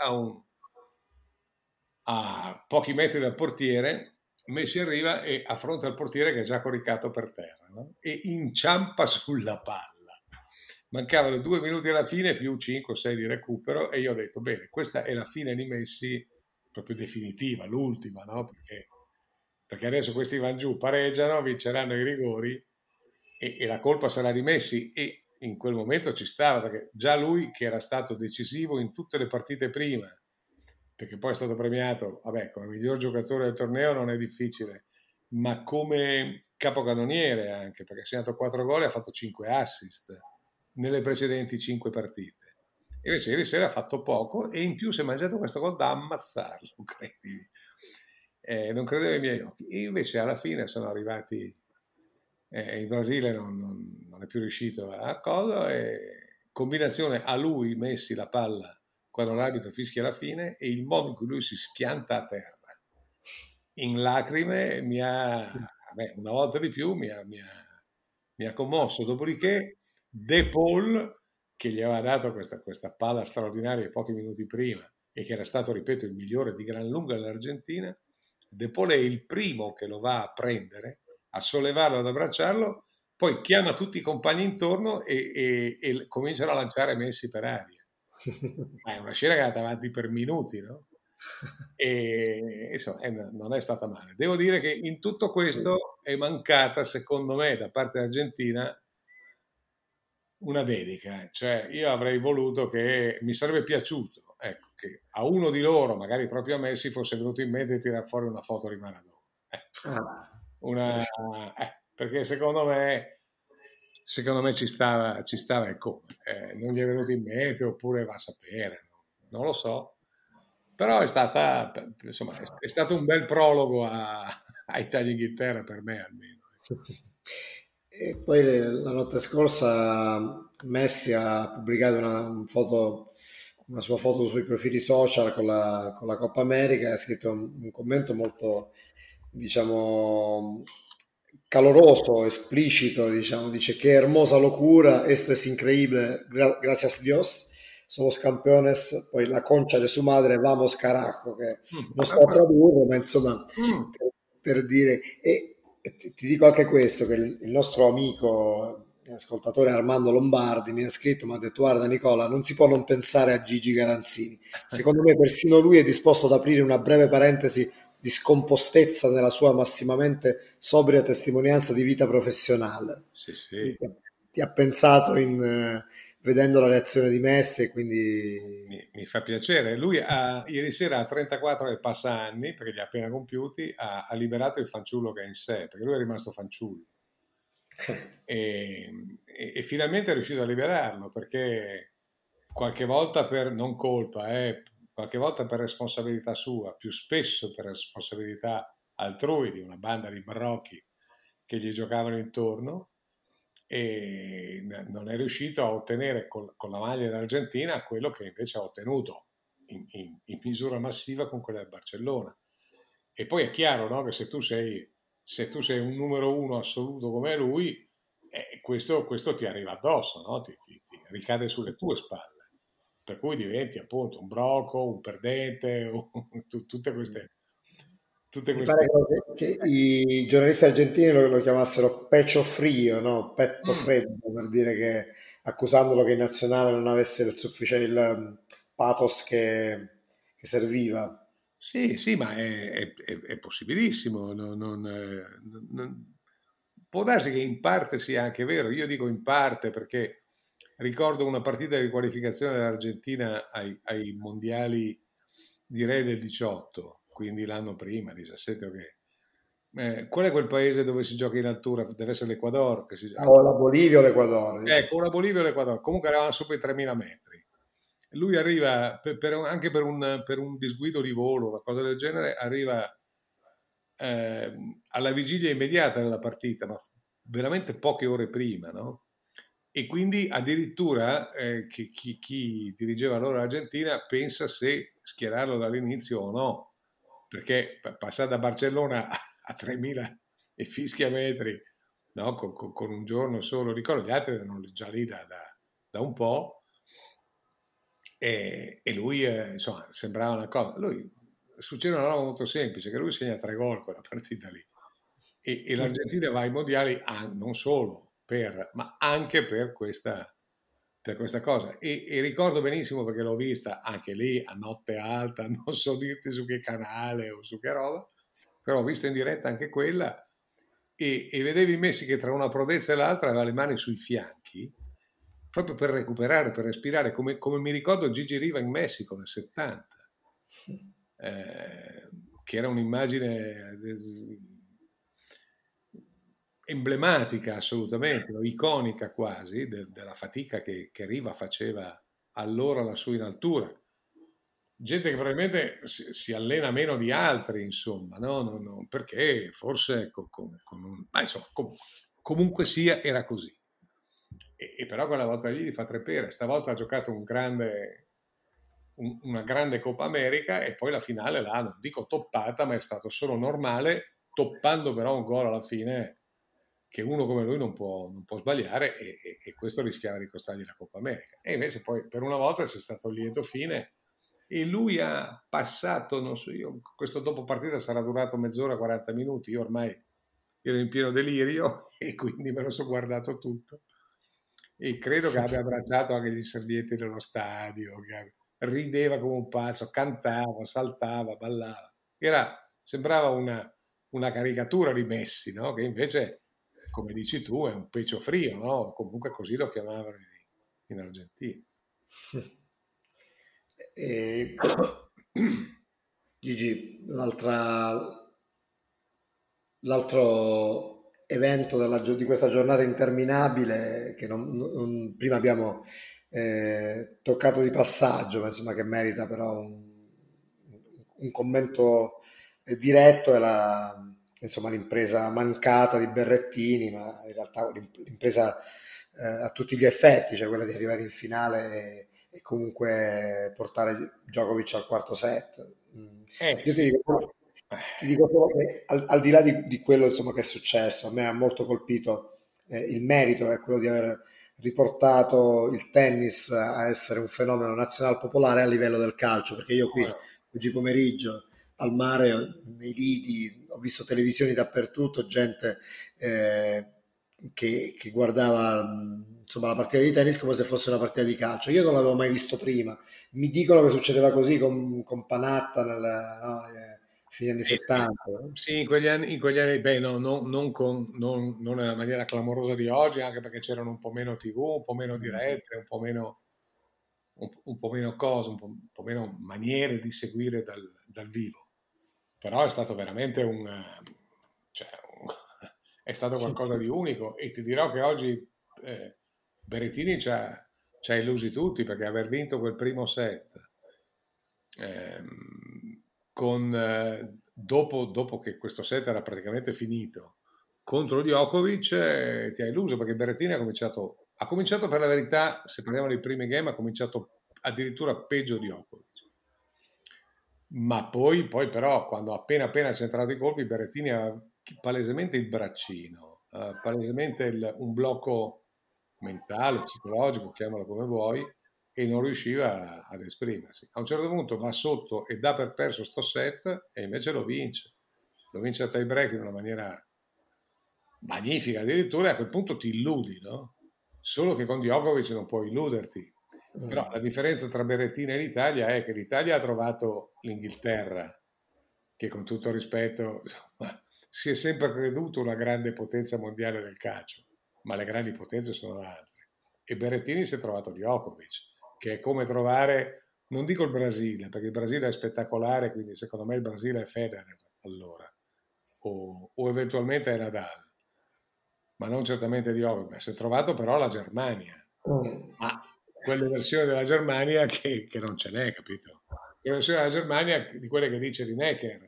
a pochi metri dal portiere. Messi arriva e affronta il portiere che è già coricato per terra, no? E inciampa sulla palla. Mancavano 2 minuti alla fine più 5-6 di recupero e io ho detto bene, questa è la fine di Messi proprio definitiva, l'ultima, no? Perché adesso questi vanno giù, pareggiano, vinceranno i rigori e la colpa sarà di Messi, e in quel momento ci stava, perché già lui, che era stato decisivo in tutte le partite prima, perché poi è stato premiato, vabbè, come miglior giocatore del torneo non è difficile, ma come capocannoniere anche, perché ha segnato 4 gol e ha fatto 5 assist nelle precedenti 5 partite. E invece ieri sera ha fatto poco e in più si è mangiato questo gol da ammazzarlo, credi. Non credevo ai miei occhi. E invece alla fine sono arrivati, il Brasile non è più riuscito a cosa, e combinazione a lui Messi la palla quando l'arbitro fischia la fine e il modo in cui lui si schianta a terra in lacrime una volta di più mi ha commosso. Dopodiché De Paul, che gli aveva dato questa palla straordinaria pochi minuti prima e che era stato, ripeto, il migliore di gran lunga dell'Argentina, De Paul è il primo che lo va a prendere, a sollevarlo, ad abbracciarlo, poi chiama tutti i compagni intorno e cominciano a lanciare Messi per aria. Ma è una scena che è andata avanti per minuti, no? E insomma non è stata male. Devo dire che in tutto questo è mancata, secondo me, da parte dell'Argentina una dedica. Cioè io avrei voluto, che mi sarebbe piaciuto, ecco, che a uno di loro, magari proprio a Messi, fosse venuto in mente di tirare fuori una foto di Maradona. Perché secondo me ci stava e come. Non gli è venuto in mente, oppure va a sapere, no? Non lo so. Però è stato un bel prologo a Italia-Inghilterra, per me almeno. E poi la notte scorsa Messi ha pubblicato una sua foto sui profili social con la Coppa America e ha scritto un commento molto, diciamo, caloroso, esplicito, diciamo, dice che hermosa locura, esto es increíble, gracias Dios, somos campeones, poi la concha de su madre, vamos carajo, che non sto a tradurre, ma insomma, Mm. per dire, e ti dico anche questo, che il nostro amico ascoltatore Armando Lombardi mi ha scritto, mi ha detto guarda Nicola, non si può non pensare a Gigi Garanzini, secondo me persino lui è disposto ad aprire una breve parentesi di scompostezza nella sua massimamente sobria testimonianza di vita professionale. Sì, Quindi sì. ti ha pensato vedendo la reazione di Messi e quindi Mi fa piacere. Lui ieri sera a 34 e passa anni, perché li ha appena compiuti, ha liberato il fanciullo che è in sé, perché lui è rimasto fanciullo. E finalmente è riuscito a liberarlo, perché qualche volta per non colpa, qualche volta per responsabilità sua, più spesso per responsabilità altrui, di una banda di barocchi che gli giocavano intorno, e non è riuscito a ottenere con la maglia dell'Argentina quello che invece ha ottenuto in misura massiva con quella del Barcellona. E poi è chiaro, no, che se tu sei un numero uno assoluto come lui, questo ti arriva addosso, no? Ti ricade sulle tue spalle. Per cui diventi appunto un broco, un perdente, tutte mi pare queste. che i giornalisti argentini lo chiamassero pecho frio, no? Petto Mm. freddo, per dire che accusandolo che in nazionale non avesse il sufficiente pathos che serviva. Sì, sì, ma è possibilissimo. Può darsi che in parte sia anche vero. Io dico in parte perché ricordo una partita di qualificazione dell'Argentina ai mondiali, direi del 18, quindi l'anno prima, 17 o che. Qual è quel paese dove si gioca in altura? Deve essere l'Ecuador che si gioca. O la Bolivia o l'Ecuador, dici. Ecco, la Bolivia e l'Ecuador. Comunque eravamo sopra i 3000 metri. Lui arriva, anche per un disguido di volo, una cosa del genere, arriva alla vigilia immediata della partita, ma veramente poche ore prima, no? E quindi addirittura chi dirigeva allora l'Argentina pensa se schierarlo dall'inizio o no, perché passare da Barcellona a 3000 e fischia metri, no? Con un giorno solo, ricordo gli altri erano già lì da un po', e lui, insomma, sembrava una cosa. Lui succede una roba molto semplice, che lui segna 3 gol quella partita lì. E l'Argentina va ai mondiali non solo ma anche per questa cosa. E ricordo benissimo perché l'ho vista anche lì a notte alta, non so dirti su che canale o su che roba, però ho visto in diretta anche quella e vedevi Messi che tra una prodezza e l'altra aveva le mani sui fianchi proprio per recuperare, per respirare, come mi ricordo Gigi Riva in Messico nel 70, eh, che era un'immagine emblematica assolutamente, o iconica quasi, della fatica che Riva faceva allora lassù in altura. Gente che probabilmente si allena meno di altri, insomma, no? Perché forse ma insomma, comunque sia, era così. E però quella volta lì gli fa trepere. Stavolta ha giocato una grande Coppa America e poi la finale l'ha, non dico toppata, ma è stato solo normale, toppando però un gol alla fine che uno come lui non può sbagliare e questo rischiava di costargli la Coppa America. E invece poi per una volta c'è stato il lieto fine e lui ha passato, non so, questo dopo partita sarà durato mezz'ora, 40 minuti, io ormai ero in pieno delirio e quindi me lo sono guardato tutto e credo che abbia abbracciato anche gli servietti dello stadio, che rideva come un pazzo, cantava, saltava, ballava. Sembrava una caricatura di Messi, no? Che invece, come dici tu, è un pecio frio, no? Comunque così lo chiamavano in Argentina. E Gigi, l'altro evento di questa giornata interminabile che prima abbiamo toccato di passaggio, ma insomma che merita però un commento diretto, è insomma, l'impresa mancata di Berrettini, ma in realtà l'impresa a tutti gli effetti, cioè quella di arrivare in finale e comunque portare Djokovic al quarto set. Io ti Sì. dico, Ti dico solo che al di là di quello insomma, che è successo, a me ha molto colpito il merito è quello di aver riportato il tennis a essere un fenomeno nazionale popolare a livello del calcio, perché io qui oggi pomeriggio al mare, nei lidi, ho visto televisioni dappertutto, gente eh, che guardava insomma, la partita di tennis come se fosse una partita di calcio. Io non l'avevo mai visto prima. Mi dicono che succedeva così con Panatta no, fine anni Sì, sì. 70. No? Sì, in quegli anni, beh, no, non nella maniera clamorosa di oggi, anche perché c'erano un po' meno TV, un po' meno dirette, un po' meno cose, un po' meno maniere di seguire dal vivo. Però è stato veramente cioè, è stato qualcosa di unico e ti dirò che oggi Berrettini ci ha illusi tutti perché aver vinto quel primo set dopo che questo set era praticamente finito contro Djokovic, ti ha illuso perché Berrettini ha cominciato per la verità, se parliamo dei primi game, ha cominciato addirittura peggio di Djokovic. Ma poi però, quando appena centrato i colpi, Berrettini aveva palesemente il braccino, palesemente un blocco mentale, psicologico, chiamalo come vuoi, e non riusciva ad esprimersi. A un certo punto va sotto e dà per perso sto set e invece lo vince. Lo vince a tie break in una maniera magnifica, addirittura a quel punto ti illudi, no? Solo che con Djokovic non puoi illuderti. Però la differenza tra Berrettini e l'Italia è che l'Italia ha trovato l'Inghilterra, che con tutto rispetto, insomma, si è sempre creduto una grande potenza mondiale del calcio, ma le grandi potenze sono altre. E Berrettini si è trovato Djokovic, che è come trovare, non dico il Brasile, perché il Brasile è spettacolare, quindi secondo me il Brasile è Federer allora, o eventualmente è Nadal, ma non certamente Djokovic. Si è trovato però la Germania, Mm. ma quelle versioni della Germania che non ce n'è, capito? Quelle versioni della Germania di quelle che dice Lineker,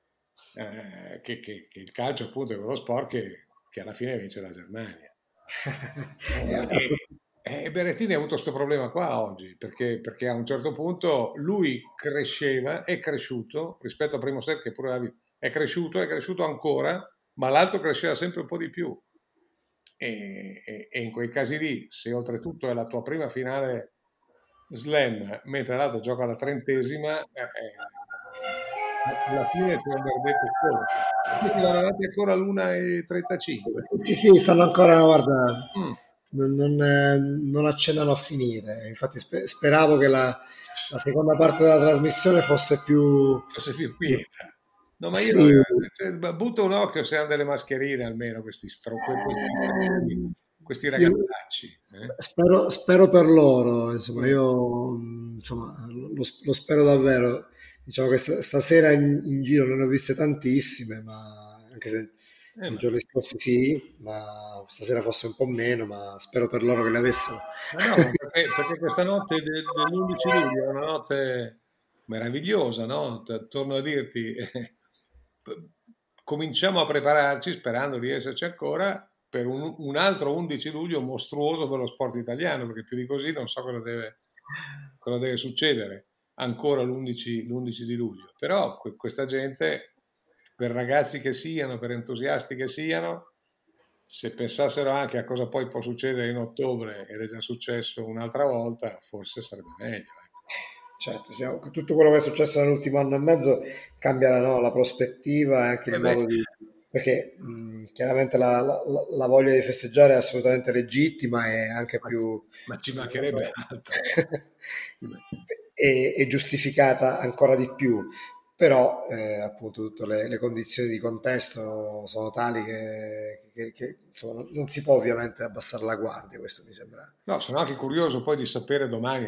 che il calcio appunto è quello sport che alla fine vince la Germania. E Berrettini ha avuto questo problema qua oggi, perché a un certo punto lui cresceva, è cresciuto rispetto al primo set che pure è cresciuto ancora, ma l'altro cresceva sempre un po' di più. E in quei casi lì, se oltretutto è la tua prima finale slam, mentre l'altro gioca alla 30ª, alla fine c'è un verdetto solo. Questi erano andati ancora all'1:35. Sì, sì, stanno ancora, guarda, Mm. non accennano a finire. Infatti speravo che la seconda parte della trasmissione fosse più... Forse più quieta. No, ma io Sì, cioè, butto un occhio se hanno delle mascherine almeno questi io ragazzacci. spero per loro, insomma, Mm. io insomma, lo spero davvero. Diciamo che stasera in giro non ne ho viste tantissime, ma anche se i Ma, giorni scorsi sì, ma stasera forse un po' meno, ma spero per loro che le avessero. ma no, ma perché questa notte dell'11 luglio è una notte meravigliosa, no? Torno a dirti, p- cominciamo a prepararci sperando di esserci ancora per un altro 11 luglio mostruoso per lo sport italiano, perché più di così non so cosa deve succedere ancora l'11 di luglio. Però questa gente, per ragazzi che siano, per entusiasti che siano, se pensassero anche a cosa poi può succedere in ottobre, ed è già successo un'altra volta, forse sarebbe meglio. Ecco. Certo, sì, tutto quello che è successo nell'ultimo anno e mezzo cambia no, la prospettiva e anche il Eh beh, modo di... perché chiaramente la voglia di festeggiare è assolutamente legittima e anche ma, più ma ci mancherebbe altro. è giustificata ancora di più, però appunto tutte le condizioni di contesto sono tali che, insomma, non si può ovviamente abbassare la guardia, questo mi sembra. No, sono anche curioso poi di sapere domani,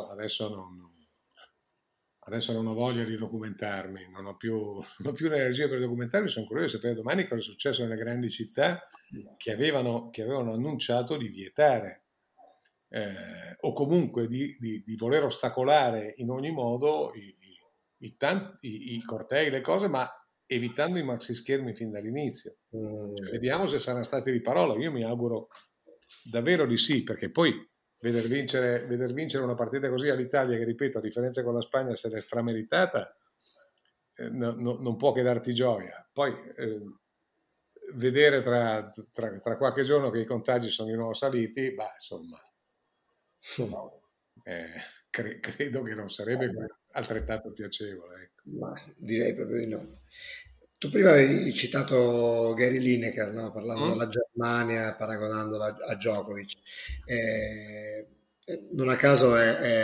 adesso non ho voglia di documentarmi, non ho più l'energia per documentarmi, sono curioso di sapere domani cosa è successo nelle grandi città che avevano annunciato di vietare o comunque di voler ostacolare in ogni modo i cortei, le cose, ma evitando i maxi schermi fin dall'inizio. Cioè, Mm, vediamo se saranno stati di parola. Io mi auguro davvero di sì, perché poi veder vincere una partita così all'Italia, che ripeto, a differenza con la Spagna, se l'è strameritata, non può che darti gioia. Poi vedere tra qualche giorno che i contagi sono di nuovo saliti, insomma, credo che non sarebbe altrettanto piacevole. Ecco. Ma direi proprio di no. Tu prima avevi citato Gary Lineker, no? Parlando Mm? della Germania, paragonandola a Djokovic. Non a caso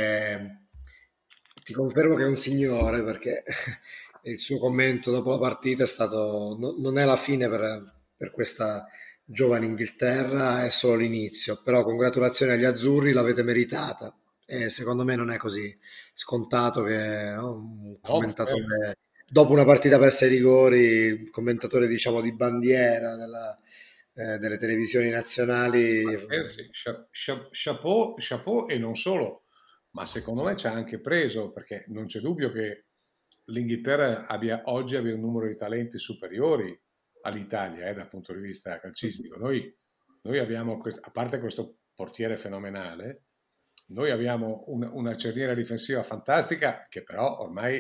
ti confermo che è un signore perché il suo commento dopo la partita è stato non è la fine per questa giovane Inghilterra, è solo l'inizio, però congratulazioni agli azzurri, l'avete meritata. E secondo me non è così scontato che, no, un No, ma certo. commentatore dopo una partita persa ai rigori, il commentatore diciamo di bandiera delle televisioni nazionali. Sì, chapeau, chapeau e non solo, ma secondo me ci ha anche preso, perché non c'è dubbio che l'Inghilterra oggi abbia un numero di talenti superiori all'Italia, dal punto di vista calcistico. Noi abbiamo, a parte questo portiere fenomenale, noi abbiamo una cerniera difensiva fantastica che però ormai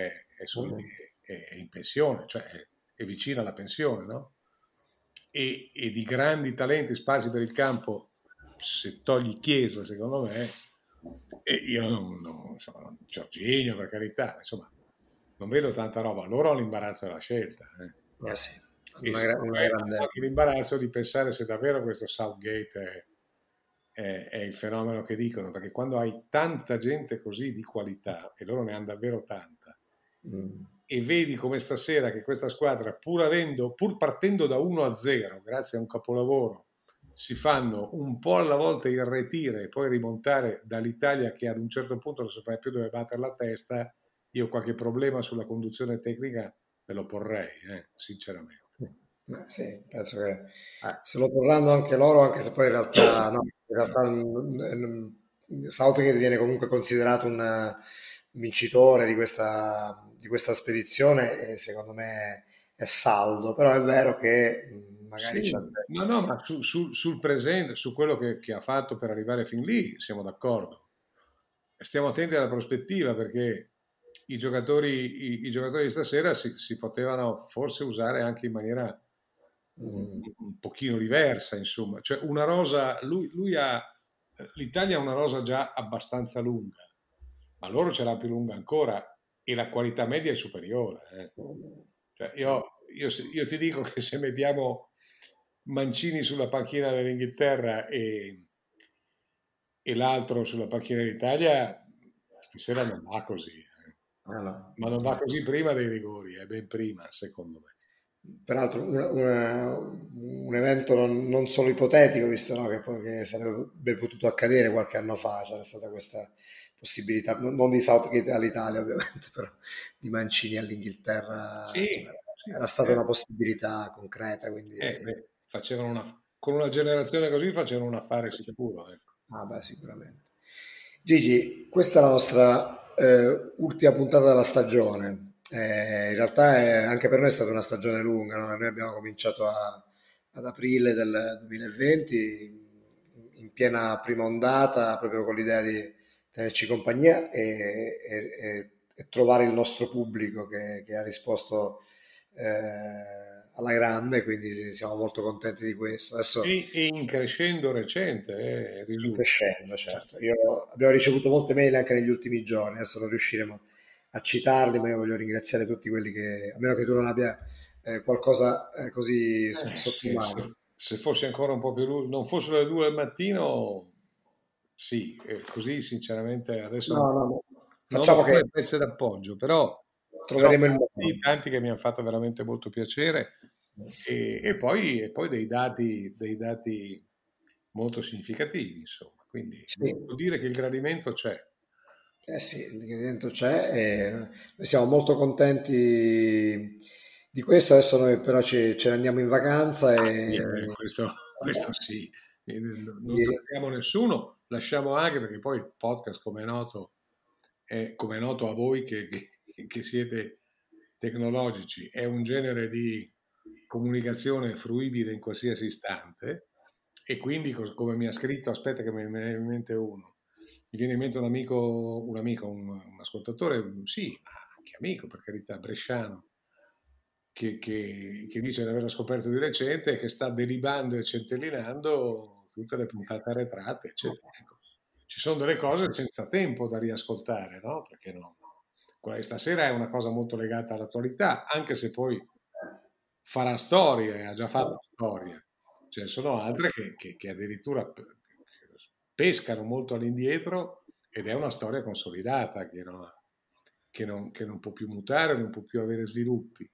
è in pensione, cioè è vicina alla pensione, no? E di grandi talenti sparsi per il campo, se togli Chiesa, secondo me, e io insomma, Jorginho per carità, insomma, non vedo tanta roba. Loro hanno l'imbarazzo della scelta. Sì, E secondo una me grande. hanno anche l'imbarazzo di pensare se davvero questo Southgate è il fenomeno che dicono, perché quando hai tanta gente così di qualità, e loro ne hanno davvero tanta, Mm. e vedi come stasera che questa squadra, pur partendo da 1-0, grazie a un capolavoro, si fanno un po' alla volta irretire e poi rimontare dall'Italia che ad un certo punto non sapeva più dove battere la testa, io qualche problema sulla conduzione tecnica me lo porrei, sinceramente. Sì, penso che Eh, se lo porranno anche loro, anche se poi in realtà, no, in realtà Southgate viene comunque considerato un vincitore di questa spedizione e secondo me è saldo, però è vero che magari c'è. sì, no, ma sul presente, su quello che ha fatto per arrivare fin lì, siamo d'accordo. Stiamo attenti alla prospettiva perché i giocatori di stasera si potevano forse usare anche in maniera un pochino diversa, insomma. Cioè una rosa, l'Italia ha una rosa già abbastanza lunga, ma loro ce l'ha più lunga ancora e la qualità media è superiore. Cioè, io ti dico che se mettiamo Mancini sulla panchina dell'Inghilterra e l'altro sulla panchina d'Italia, stasera non va così. Ah, no, Ma no, non va no. così prima dei rigori, è ben prima, secondo me. Peraltro un evento non solo ipotetico, visto no, che sarebbe potuto accadere qualche anno fa, c'era stata questa possibilità, non di Southgate all'Italia ovviamente, però di Mancini all'Inghilterra, insomma, Sì, sì, era stata una possibilità concreta, quindi beh, con una generazione così facevano un affare sicuro, ecco. ah, beh, sicuramente. Gigi, questa è la nostra ultima puntata della stagione. In realtà anche per noi è stata una stagione lunga, no? Noi abbiamo cominciato ad aprile del 2020, in piena prima ondata, proprio con l'idea di tenerci compagnia e trovare il nostro pubblico che ha risposto alla grande, quindi siamo molto contenti di questo. Adesso E in crescendo recente, in risulta. crescendo, certo. Abbiamo ricevuto molte mail anche negli ultimi giorni, adesso non riusciremo a citarli, ma io voglio ringraziare tutti quelli che, a meno che tu non abbia qualcosa così sotto mano. Se fossi ancora un po' più non fossero le 2 del mattino, sì, così sinceramente adesso No, no, no. non ho Facciamo più che le pezze d'appoggio, però troveremo il modo. tanti che mi hanno fatto veramente molto piacere e poi dei dati molto significativi, insomma. Quindi Sì, vuol dire che il gradimento c'è. eh sì, l'ingrediente c'è e noi siamo molto contenti di questo. Adesso noi però ce ne andiamo in vacanza Sì, e questo sì. Non quindi, salviamo nessuno, lasciamo anche perché poi il podcast, come è noto a voi che siete tecnologici, è un genere di comunicazione fruibile in qualsiasi istante e quindi come mi ha scritto, aspetta che me ne viene in mente uno, mi viene in mente un ascoltatore, sì, che amico, per carità, bresciano, che dice di averlo scoperto di recente e che sta delibando e centellinando tutte le puntate arretrate, eccetera. Ecco, ci sono delle cose senza tempo da riascoltare, no? Perché no? Quella di stasera è una cosa molto legata all'attualità, anche se poi farà storia e ha già fatto storia. Ce ne sono altre che addirittura pescano molto all'indietro ed è una storia consolidata che non può più mutare, non può più avere sviluppi.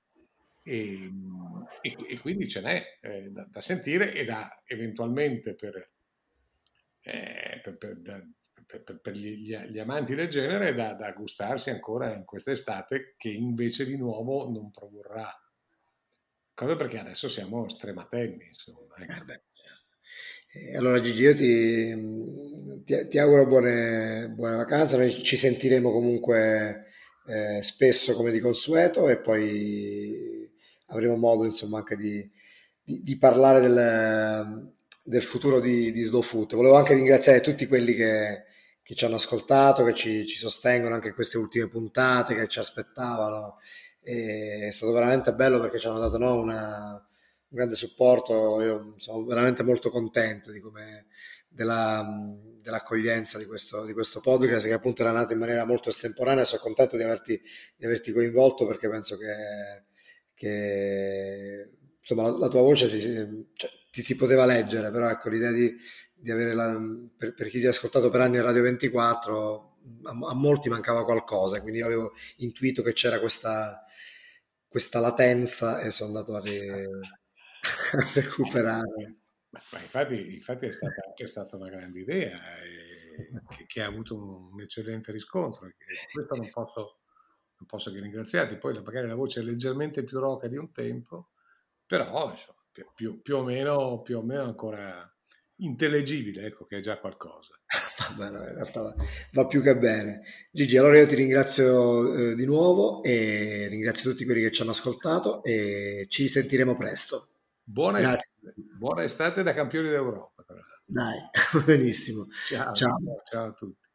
E quindi ce n'è da sentire e da eventualmente eh, per- per- da- per gli amanti del genere da gustarsi ancora in quest'estate che invece di nuovo non produrrà. Cosa perché adesso siamo strematelli, insomma. Ecco. Beh, certo. Allora Gigi, io ti auguro buone vacanze, noi ci sentiremo comunque spesso come di consueto e poi avremo modo insomma anche di parlare del futuro di Slow Food. Volevo anche ringraziare tutti quelli che ci hanno ascoltato, che ci sostengono anche in queste ultime puntate, che ci aspettavano. E è stato veramente bello perché ci hanno dato no, un grande supporto. Io sono veramente molto contento dell'accoglienza di questo podcast che appunto era nato in maniera molto estemporanea. Sono contento di averti coinvolto perché penso che, insomma, la tua voce cioè, ti si poteva leggere, però ecco l'idea di avere per chi ti ha ascoltato per anni in Radio 24, a molti mancava qualcosa, quindi io avevo intuito che c'era questa latenza e sono andato a recuperare. Ma infatti è stata una grande idea che ha avuto un eccellente riscontro. E questo non posso che ringraziarti. Poi magari la voce è leggermente più roca di un tempo, però insomma, più o meno ancora intellegibile, ecco che è già qualcosa. Vabbè, no, in realtà va più che bene. Gigi, allora io ti ringrazio di nuovo e ringrazio tutti quelli che ci hanno ascoltato e ci sentiremo presto. Grazie. Buona estate da campioni d'Europa. Tra l'altro. Dai, benissimo. Ciao, Ciao. ciao a tutti.